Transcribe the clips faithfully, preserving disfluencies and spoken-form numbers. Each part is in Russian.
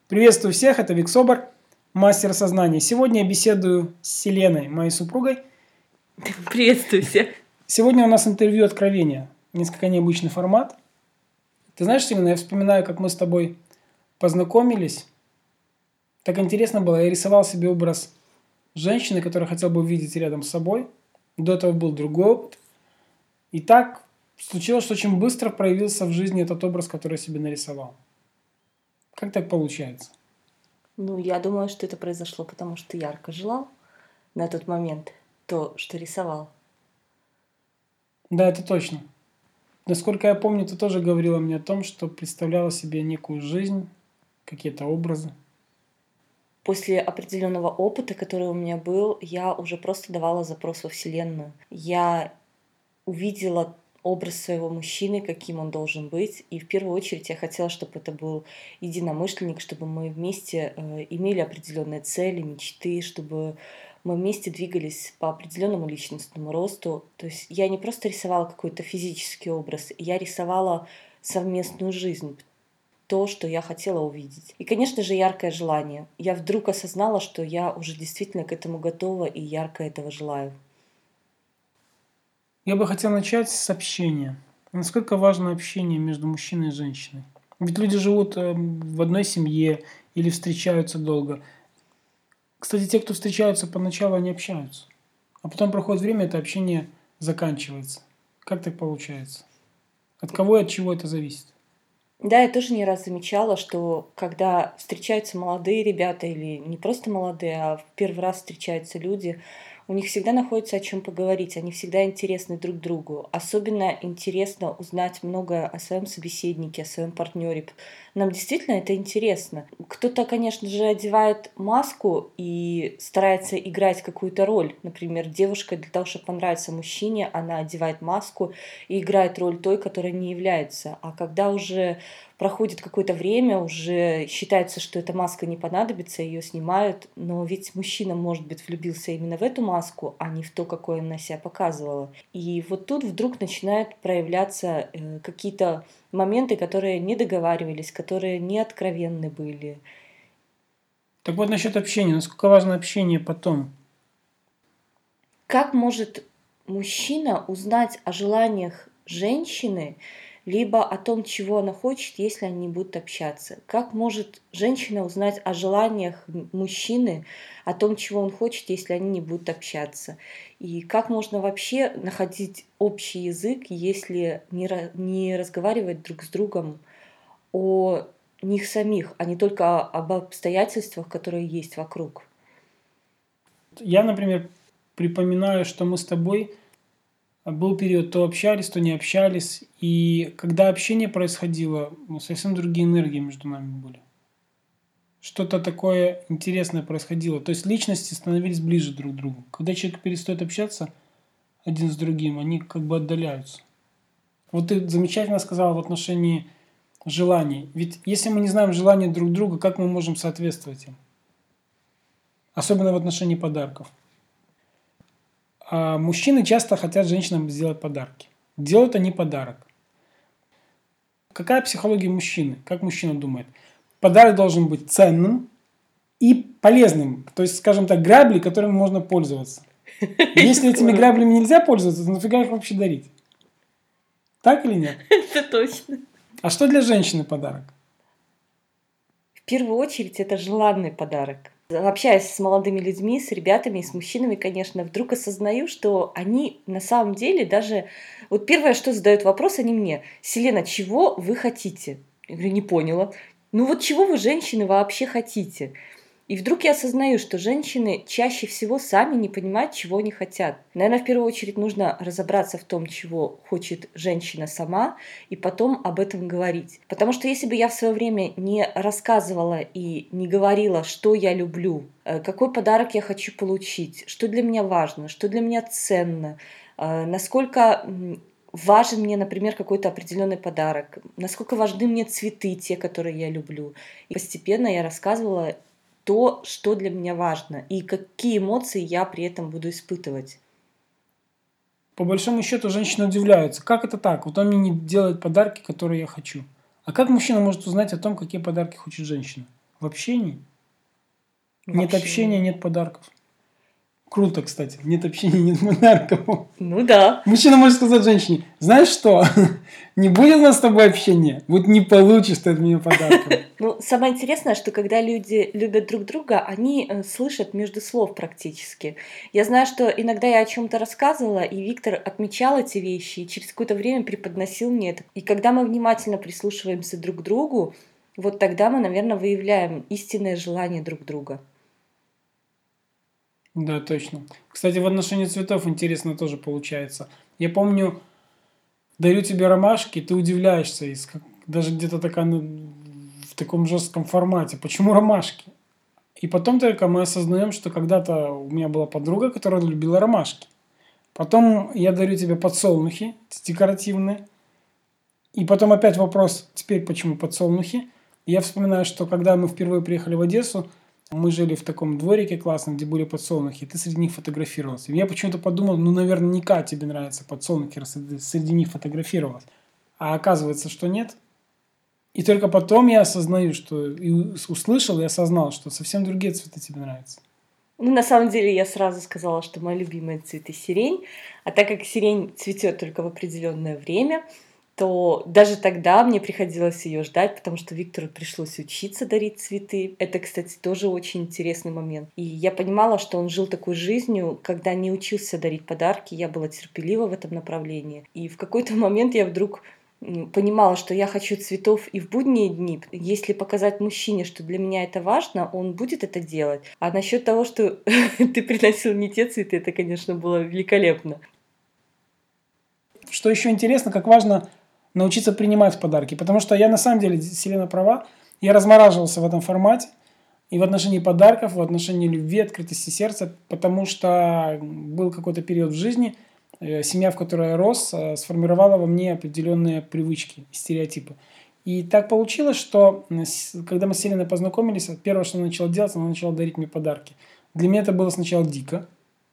Приветствую всех, это Вик Собор, мастер сознания. Сегодня я беседую с Селеной, моей супругой. Приветствую всех. Сегодня у нас интервью откровения, несколько необычный формат. Ты знаешь, Селена, я вспоминаю, как мы с тобой познакомились. Так интересно было, я рисовал себе образ женщины, которую хотел бы увидеть рядом с собой. До этого был другой опыт. И так случилось, что очень быстро проявился в жизни этот образ, который я себе нарисовал. Как так получается? Ну, я думаю, что это произошло, потому что ты ярко желал на тот момент то, что рисовал. Да, это точно. Насколько я помню, ты тоже говорила мне о том, что представляла себе некую жизнь, какие-то образы. После определенного опыта, который у меня был, я уже просто давала запрос во Вселенную. Я увидела образ своего мужчины, каким он должен быть. И в первую очередь я хотела, чтобы это был единомышленник, чтобы мы вместе э, имели определенные цели, мечты, чтобы мы вместе двигались по определенному личностному росту. То есть я не просто рисовала какой-то физический образ, я рисовала совместную жизнь, то, что я хотела увидеть. И, конечно же, яркое желание. Я вдруг осознала, что я уже действительно к этому готова и ярко этого желаю. Я бы хотел начать с общения. Насколько важно общение между мужчиной и женщиной? Ведь люди живут э, в одной семье или встречаются долго. Кстати, те, кто встречаются поначалу, они общаются. А потом проходит время, это общение заканчивается. Как так получается? От кого и от чего это зависит? Да, я тоже не раз замечала, что когда встречаются молодые ребята или не просто молодые, а в первый раз встречаются люди, у них всегда находится о чем поговорить, они всегда интересны друг другу. Особенно интересно узнать многое о своем собеседнике, о своем партнере. Нам действительно это интересно. Кто-то, конечно же, одевает маску и старается играть какую-то роль. Например, девушка для того, чтобы понравиться мужчине, она одевает маску и играет роль той, которая не является. А когда уже проходит какое-то время, уже считается, что эта маска не понадобится, ее снимают, но ведь мужчина, может быть, влюбился именно в эту маску, а не в то, какой она себя показывала. И вот тут вдруг начинают проявляться э, какие-то моменты, которые не договаривались, которые не откровенны были. Так вот насчет общения. Насколько важно общение потом? Как может мужчина узнать о желаниях женщины, либо о том, чего она хочет, если они не будут общаться? Как может женщина узнать о желаниях м- мужчины, о том, чего он хочет, если они не будут общаться? И как можно вообще находить общий язык, если не, ра- не разговаривать друг с другом о них самих, а не только об обстоятельствах, которые есть вокруг? Я, например, припоминаю, что мы с тобой был период, то общались, то не общались. И когда общение происходило, ну, совсем другие энергии между нами были. Что-то такое интересное происходило. То есть личности становились ближе друг к другу. Когда человек перестает общаться один с другим, они как бы отдаляются. Вот ты замечательно сказала в отношении желаний. Ведь если мы не знаем желания друг друга, как мы можем соответствовать им? Особенно в отношении подарков. А мужчины часто хотят женщинам сделать подарки. Делают они подарок. Какая психология мужчины? Как мужчина думает? Подарок должен быть ценным и полезным. То есть, скажем так, грабли, которыми можно пользоваться. Если этими граблями нельзя пользоваться, то нафига их вообще дарить? Так или нет? Это точно. А что для женщины подарок? В первую очередь это желанный подарок. Общаясь с молодыми людьми, с ребятами и с мужчинами, конечно, вдруг осознаю, что они на самом деле даже... Вот первое, что задают вопрос они мне: «Селена, чего вы хотите?» Я говорю: «Не поняла». «Ну вот чего вы, женщины, вообще хотите?» И вдруг я осознаю, что женщины чаще всего сами не понимают, чего они хотят. Наверное, в первую очередь нужно разобраться в том, чего хочет женщина сама, и потом об этом говорить. Потому что если бы я в свое время не рассказывала и не говорила, что я люблю, э, какой подарок я хочу получить, что для меня важно, что для меня ценно, э, насколько м, важен мне, например, какой-то определенный подарок, насколько важны мне цветы, те, которые я люблю. И постепенно я рассказывала то, что для меня важно, и какие эмоции я при этом буду испытывать. По большому счету, женщины удивляются. Как это так? Вот он мне не делает подарки, которые я хочу. А как мужчина может узнать о том, какие подарки хочет женщина? В общении? В Нет общения, общении. нет подарков. Круто, кстати. Нет общения, нет подарков. Ну да. Мужчина может сказать женщине: знаешь что, не будет у нас с тобой общения, вот не получишь ты от меня подарков. Ну, самое интересное, что когда люди любят друг друга, они э, слышат между слов практически. Я знаю, что иногда я о чем-то рассказывала, и Виктор отмечал эти вещи, и через какое-то время преподносил мне это. И когда мы внимательно прислушиваемся друг к другу, вот тогда мы, наверное, выявляем истинное желание друг друга. Да, точно. Кстати, в отношении цветов интересно тоже получается. Я помню, дарю тебе ромашки, ты удивляешься, из как- даже где-то такая, ну, в таком жестком формате. Почему ромашки? И потом только мы осознаем, что когда-то у меня была подруга, которая любила ромашки. Потом я дарю тебе подсолнухи декоративные. И потом опять вопрос, теперь почему подсолнухи? И я вспоминаю, что когда мы впервые приехали в Одессу, мы жили в таком дворике классном, где были подсолнухи, и ты среди них фотографировался. И я почему-то подумал, ну, наверняка тебе нравятся подсолнухи, раз ты среди них фотографировалась. А оказывается, что нет. И только потом я осознаю, что и услышал и осознал, что совсем другие цветы тебе нравятся. Ну, на самом деле, я сразу сказала, что мои любимые цветы сирень, а так как сирень цветет только в определенное время, то даже тогда мне приходилось ее ждать, потому что Виктору пришлось учиться дарить цветы. Это, кстати, тоже очень интересный момент. И я понимала, что он жил такой жизнью, когда не учился дарить подарки, я была терпелива в этом направлении. И в какой-то момент я вдруг м, понимала, что я хочу цветов и в будние дни. Если показать мужчине, что для меня это важно, он будет это делать. А насчет того, что ты приносил не те цветы, это, конечно, было великолепно. Что еще интересно, как важно научиться принимать подарки. Потому что я на самом деле, Селена права, я размораживался в этом формате. И в отношении подарков, в отношении любви, открытости сердца. Потому что был какой-то период в жизни, э, семья, в которой я рос, э, сформировала во мне определенные привычки, стереотипы. И так получилось, что э, с- когда мы с Селеной познакомились, первое, что она начала делать, она начала дарить мне подарки. Для меня это было сначала дико.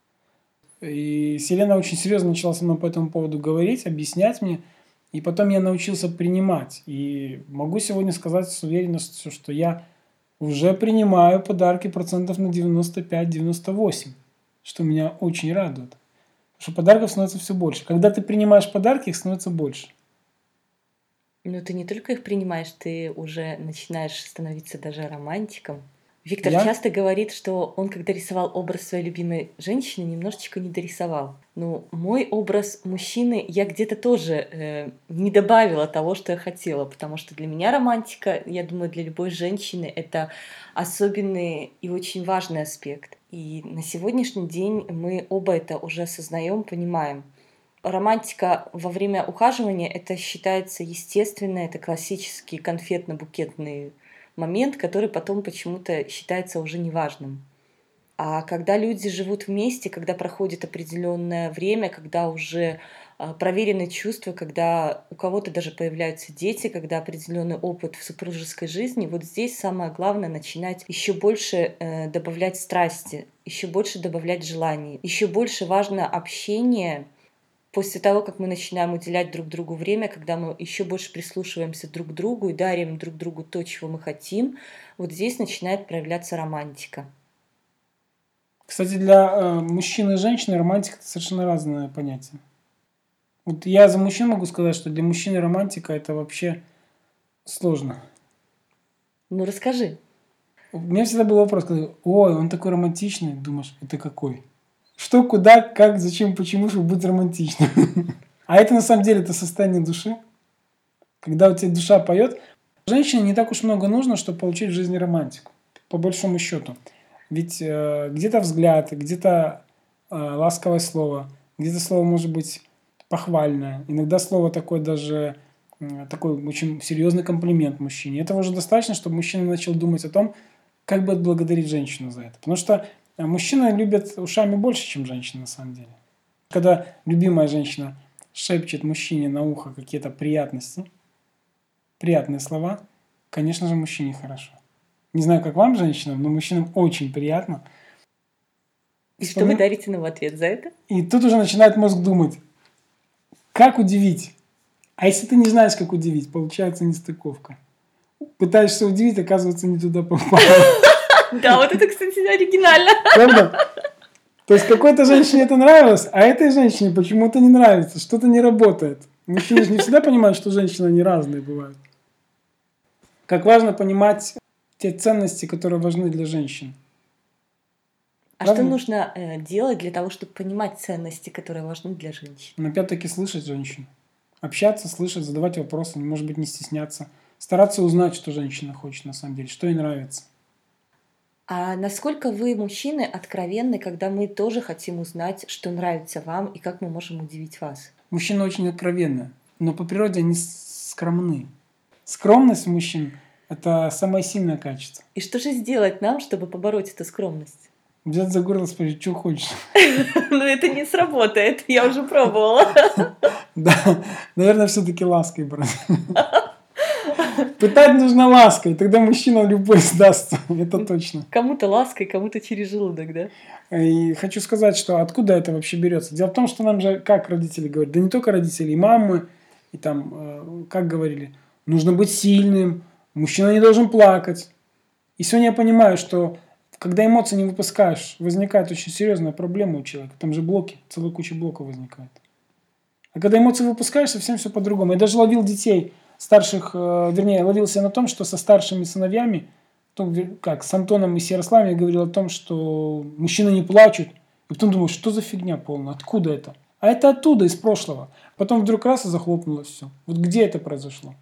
И Селена очень серьезно начала со мной по этому поводу говорить, объяснять мне. И потом я научился принимать. И могу сегодня сказать с уверенностью, что я уже принимаю подарки процентов на девяносто пять - девяносто восемь, что меня очень радует. Потому что подарков становится все больше. Когда ты принимаешь подарки, их становится больше. Но ты не только их принимаешь, ты уже начинаешь становиться даже романтиком. Виктор Я? часто говорит, что он, когда рисовал образ своей любимой женщины, немножечко не дорисовал. Ну, мой образ мужчины я где-то тоже э, не добавила того, что я хотела, потому что для меня романтика, я думаю, для любой женщины это особенный и очень важный аспект. И на сегодняшний день мы оба это уже осознаем, понимаем. Романтика во время ухаживания — это считается естественно, это классический конфетно-букетный момент, который потом почему-то считается уже неважным. А когда люди живут вместе, когда проходит определенное время, когда уже а, проверены чувства, когда у кого-то даже появляются дети, когда определенный опыт в супружеской жизни, вот здесь самое главное начинать еще больше э, добавлять страсти, еще больше добавлять желаний, еще больше важно общение. После того, как мы начинаем уделять друг другу время, когда мы еще больше прислушиваемся друг к другу и дарим друг другу то, чего мы хотим, вот здесь начинает проявляться романтика. Кстати, для э, мужчины и женщины романтика – это совершенно разное понятие. Вот я за мужчин могу сказать, что для мужчины романтика – это вообще сложно. Ну расскажи. У меня всегда был вопрос, когда, ой, он такой романтичный, думаешь, это какой? Что, куда, как, зачем, почему, чтобы быть романтичным. А это на самом деле это состояние души. Когда у тебя душа поет, женщине не так уж много нужно, чтобы получить в жизни романтику, по большому счету. Ведь э, где-то взгляд, где-то э, ласковое слово, где-то слово может быть похвальное. Иногда слово такое даже, э, такой очень серьезный комплимент мужчине. Этого уже достаточно, чтобы мужчина начал думать о том, как бы отблагодарить женщину за это. Потому что э, мужчины любят ушами больше, чем женщины на самом деле. Когда любимая женщина шепчет мужчине на ухо какие-то приятности, приятные слова, конечно же, мужчине хорошо. Не знаю, как вам, женщинам, но мужчинам очень приятно. И что вы Вспомин- дарите нам в ответ за это? И тут уже начинает мозг думать, как удивить. А если ты не знаешь, как удивить, получается нестыковка. Пытаешься удивить, оказывается, не туда попал. Да, вот это, кстати, оригинально. Правда? То есть какой-то женщине это нравилось, а этой женщине почему-то не нравится, что-то не работает. Мужчины же не всегда понимают, что женщины они разные бывают. Как важно понимать те ценности, которые важны для женщин. А Правда? что нужно э, делать для того, чтобы понимать ценности, которые важны для женщин? Но опять-таки слышать женщин. Общаться, слышать, задавать вопросы, может быть, не стесняться. Стараться узнать, что женщина хочет на самом деле, что ей нравится. А насколько вы, мужчины, откровенны, когда мы тоже хотим узнать, что нравится вам и как мы можем удивить вас? Мужчины очень откровенны, но по природе они скромны. Скромность мужчин – это самое сильное качество. И что же сделать нам, чтобы побороть эту скромность? Взять за горло и спросить, что хочешь. Ну, это не сработает, я уже пробовала. Да, наверное, все-таки лаской, брат. Пытать нужно лаской, тогда мужчина любой сдастся, это точно. Кому-то лаской, кому-то через желудок, да? И хочу сказать, что откуда это вообще берется. Дело в том, что нам же, как родители говорят, да не только родители, и мамы, и там, как говорили, нужно быть сильным, мужчина не должен плакать. И сегодня я понимаю, что когда эмоции не выпускаешь, возникает очень серьезная проблема у человека. Там же блоки, целая куча блоков возникает. А когда эмоции выпускаешь, совсем все по-другому. Я даже ловил детей старших, вернее, ловился на том, что со старшими сыновьями, как с Антоном и с Ярославом, я говорил о том, что мужчины не плачут. И потом думаю, что за фигня полная, откуда это? А это оттуда, из прошлого. Потом вдруг раз и захлопнулось все. Вот где это произошло?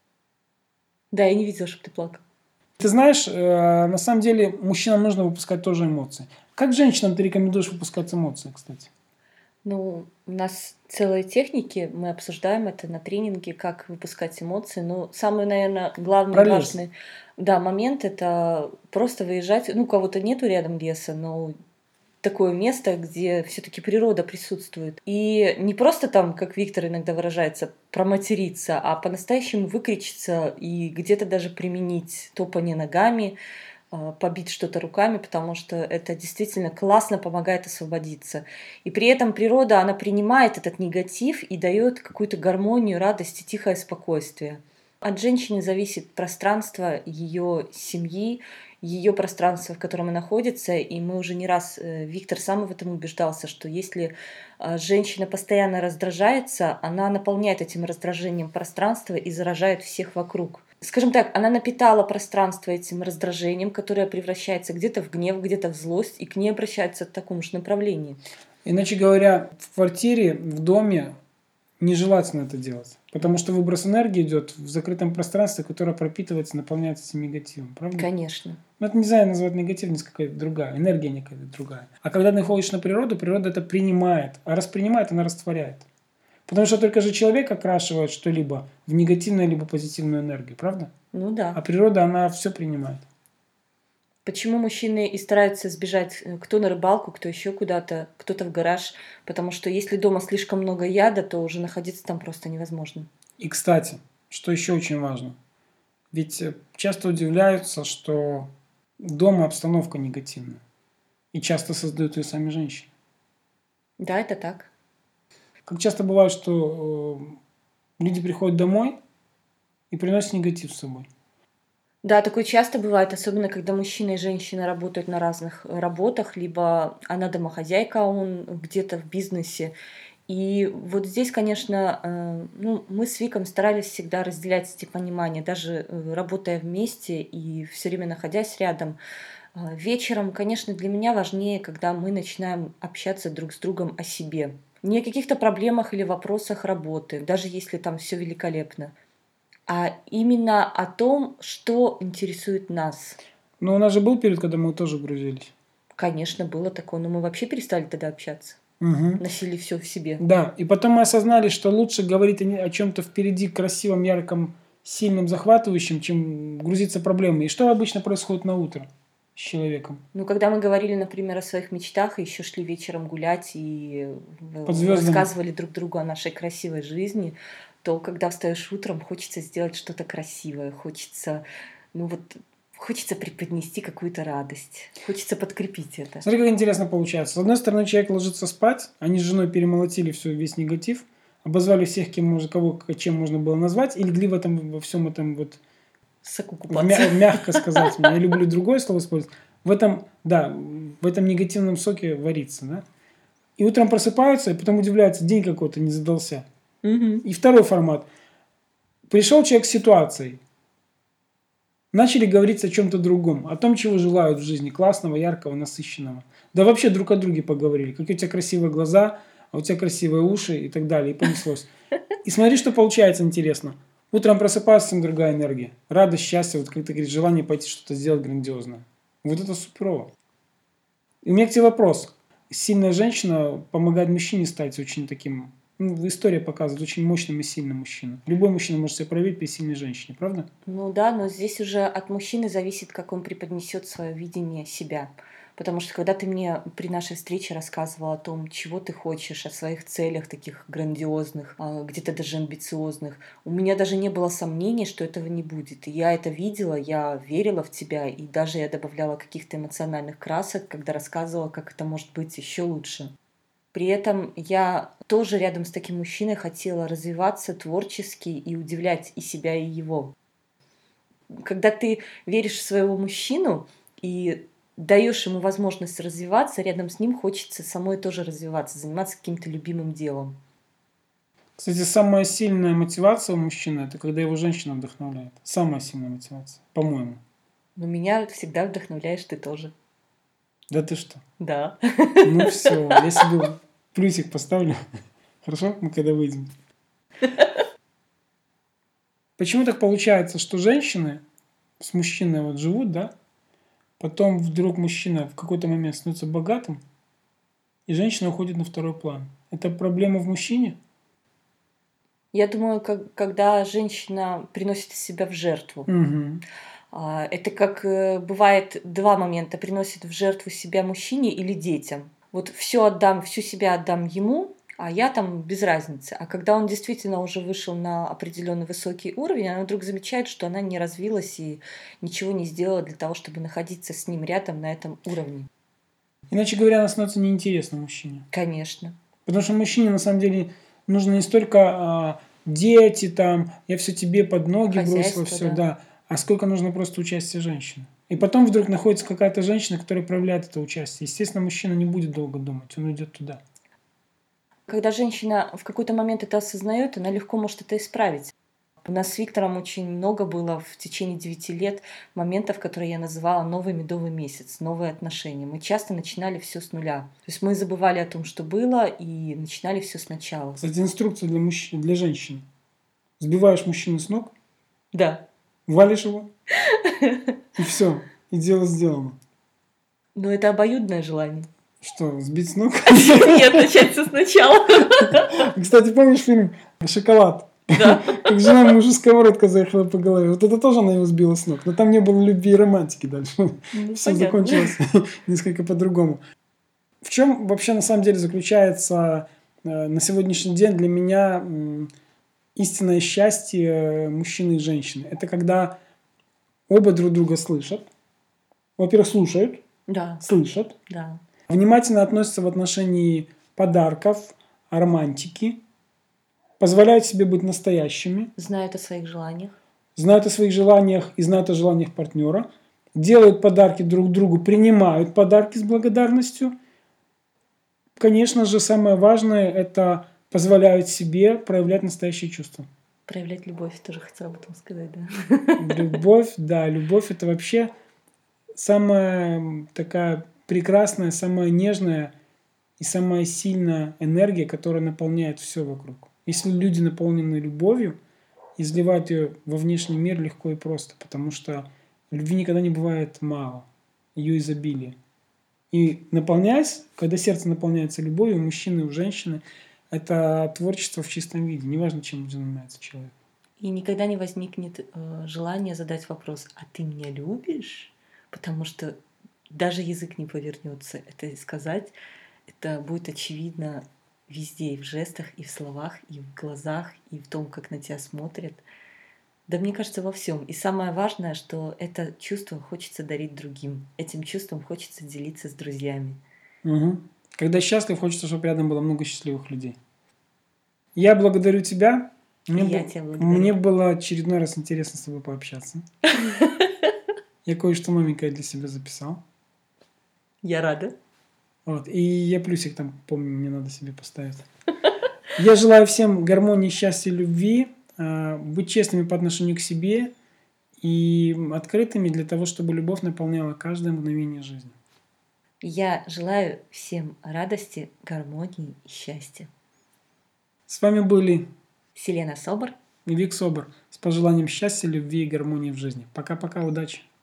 Да, я не видела, чтобы ты плакал. Ты знаешь, на самом деле мужчинам нужно выпускать тоже эмоции. Как женщинам ты рекомендуешь выпускать эмоции, кстати? Ну, у нас целые техники, мы обсуждаем это на тренинге, как выпускать эмоции. Но самый, наверное, главный, Про лес. важный да, момент – это просто выезжать. Ну, у кого-то нету рядом леса, но такое место, где все-таки природа присутствует. И не просто там, как Виктор иногда выражается, проматериться, а по-настоящему выкричиться и где-то даже применить топание ногами, побить что-то руками, потому что это действительно классно помогает освободиться. И при этом природа, она принимает этот негатив и дает какую-то гармонию, радость и тихое спокойствие. От женщины зависит пространство ее семьи, ее пространство, в котором она находится. И мы уже не раз, Виктор сам в этом убеждался, что если женщина постоянно раздражается, она наполняет этим раздражением пространство и заражает всех вокруг. Скажем так, она напитала пространство этим раздражением, которое превращается где-то в гнев, где-то в злость, и к ней обращается в таком же направлении. Иначе говоря, в квартире, в доме нежелательно это делать. Потому что выброс энергии идет в закрытом пространстве, которое пропитывается, наполняется этим негативом. Правда? Конечно. Но это нельзя назвать негативность, какая-то другая. Энергия некая другая. А когда ты ходишь на природу, природа это принимает. А раз принимает, она растворяет. Потому что только же человек окрашивает что-либо в негативную либо позитивную энергию, правда? Ну да. А природа, она все принимает. Почему мужчины и стараются сбежать кто на рыбалку, кто еще куда-то, кто-то в гараж? Потому что если дома слишком много яда, то уже находиться там просто невозможно. И, кстати, что еще очень важно. Ведь часто удивляются, что дома обстановка негативная. И часто создают ее сами женщины. Да, это так. Как часто бывает, что э, люди приходят домой и приносят негатив с собой. Да, такое часто бывает, особенно когда мужчина и женщина работают на разных работах, либо она домохозяйка, а он где-то в бизнесе. И вот здесь, конечно, э, ну, мы с Виком старались всегда разделять эти понимания, даже э, работая вместе и все время находясь рядом. Э, вечером, конечно, для меня важнее, когда мы начинаем общаться друг с другом о себе. Не о каких-то проблемах или вопросах работы, даже если там все великолепно, а именно о том, что интересует нас. Но у нас же был период, когда мы тоже грузились. Конечно, было такое, но мы вообще перестали тогда общаться. Угу. Носили все в себе. Да, и потом мы осознали, что лучше говорить о чем-то впереди красивом, ярком, сильным, захватывающим, чем грузиться проблемами. И что обычно происходит на утро с человеком? Ну, когда мы говорили, например, о своих мечтах, и еще шли вечером гулять и Под звездами. рассказывали друг другу о нашей красивой жизни, то когда встаешь утром, хочется сделать что-то красивое, хочется, ну вот, хочется преподнести какую-то радость, хочется подкрепить это. Смотри, как интересно получается. С одной стороны, человек ложится спать, они с женой перемолотили все, весь негатив, обозвали всех, кем можно, кого чем можно было назвать, и легли в этом, во всем этом вот Сок в мя- купаться. мягко сказать, я люблю другое слово использовать, в этом, да, в этом негативном соке варится, да. И утром просыпаются, и потом удивляются, день какой-то не задался. Мгм. И второй формат. Пришел человек с ситуацией. Начали говорить о чем-то другом, о том, чего желают в жизни, классного, яркого, насыщенного. Да вообще друг о друге поговорили. Какие у тебя красивые глаза, а у тебя красивые уши и так далее. И понеслось. И смотри, что получается интересно. Утром просыпается совсем другая энергия. Радость, счастье, вот как ты говоришь, желание пойти что-то сделать грандиозное. Вот это суперово. И у меня к тебе вопрос. Сильная женщина помогает мужчине стать очень таким, ну, история показывает, очень мощным и сильным мужчиной. Любой мужчина может себя проявить при сильной женщине, правда? Ну да, но здесь уже от мужчины зависит, как он преподнесет свое видение себя. Потому что когда ты мне при нашей встрече рассказывала о том, чего ты хочешь, о своих целях таких грандиозных, а, где-то даже амбициозных, у меня даже не было сомнений, что этого не будет. И я это видела, я верила в тебя, и даже я добавляла каких-то эмоциональных красок, когда рассказывала, как это может быть еще лучше. При этом я тоже рядом с таким мужчиной хотела развиваться творчески и удивлять и себя, и его. Когда ты веришь в своего мужчину и даешь ему возможность развиваться, рядом с ним хочется самой тоже развиваться, заниматься каким-то любимым делом. Кстати, самая сильная мотивация у мужчины – это когда его женщина вдохновляет. Самая сильная мотивация, по-моему. Но меня всегда вдохновляешь ты тоже. Да ты что? Да. Ну все, я себе плюсик поставлю. Хорошо? Мы когда выйдем. Почему так получается, что женщины с мужчиной вот живут, да? Потом вдруг мужчина в какой-то момент становится богатым, и женщина уходит на второй план. Это проблема в мужчине? Я думаю, как, когда женщина приносит себя в жертву. Угу. А, Это как э, бывает два момента. Приносит в жертву себя мужчине или детям. Вот все отдам, всю себя отдам ему, а я там без разницы. А когда он действительно уже вышел на определенный высокий уровень, она вдруг замечает, что она не развилась и ничего не сделала для того, чтобы находиться с ним рядом на этом уровне. Иначе говоря, она становится неинтересна мужчине. Конечно. Потому что мужчине на самом деле нужно не столько а, дети, там, я все тебе под ноги Хозяйство, бросила, все, да. да, а сколько нужно просто участия женщины. И потом вдруг находится какая-то женщина, которая проявляет это участие. Естественно, мужчина не будет долго думать, он уйдет туда. Когда женщина в какой-то момент это осознает, она легко может это исправить. У нас с Виктором очень много было в течение девяти лет моментов, которые я называла «новый медовый месяц», «новые отношения». Мы часто начинали все с нуля. То есть мы забывали о том, что было, и начинали все сначала. Кстати, инструкция для, мужч... для женщин. Сбиваешь мужчину с ног, Да. валишь его, и все, и дело сделано. Но это обоюдное желание. Что, сбить с ног? Нет, начать все сначала. Кстати, помнишь фильм «Шоколад»? Да. Как жена мужу сковородка заехала по голове. Вот это тоже она его сбила с ног. Но там не было любви и романтики дальше. Ну, Все понятно. закончилось несколько по-другому. В чем вообще на самом деле заключается э, на сегодняшний день для меня м, истинное счастье мужчины и женщины? Это когда оба друг друга слышат. Во-первых, слушают, Да, слышат. да. Внимательно относятся в отношении подарков, романтики. Позволяют себе быть настоящими. Знают о своих желаниях. Знают о своих желаниях и знают о желаниях партнера. Делают подарки друг другу, принимают подарки с благодарностью. Конечно же, самое важное – это позволяют себе проявлять настоящие чувства. Проявлять любовь, тоже хотела об этом сказать, да. Любовь, да, любовь – это вообще самая такая прекрасная, самая нежная и самая сильная энергия, которая наполняет все вокруг. Если люди наполнены любовью, изливать ее во внешний мир легко и просто, потому что любви никогда не бывает мало, ее изобилие. И наполняясь, когда сердце наполняется любовью, у мужчины, у женщины, это творчество в чистом виде, неважно, чем занимается человек. И никогда не возникнет э, желание задать вопрос: а ты меня любишь? Потому что даже язык не повернется это сказать. Это будет очевидно везде, и в жестах, и в словах, и в глазах, и в том, как на тебя смотрят. Да мне кажется, во всем. И самое важное, что это чувство хочется дарить другим. Этим чувством хочется делиться с друзьями. Угу. Когда счастлив, хочется, чтобы рядом было много счастливых людей. Я благодарю тебя Мне, И я бу- тебя мне благодарю. было очередной раз интересно с тобой пообщаться. Я кое-что новенькое для себя записал. Я рада. Вот. И я плюсик там, помню, мне надо себе поставить. Я желаю всем гармонии, счастья, любви, а, быть честными по отношению к себе и открытыми для того, чтобы любовь наполняла каждое мгновение жизни. Я желаю всем радости, гармонии и счастья. С вами были Селена Собор. Вик Собор с пожеланием счастья, любви и гармонии в жизни. Пока-пока, удачи!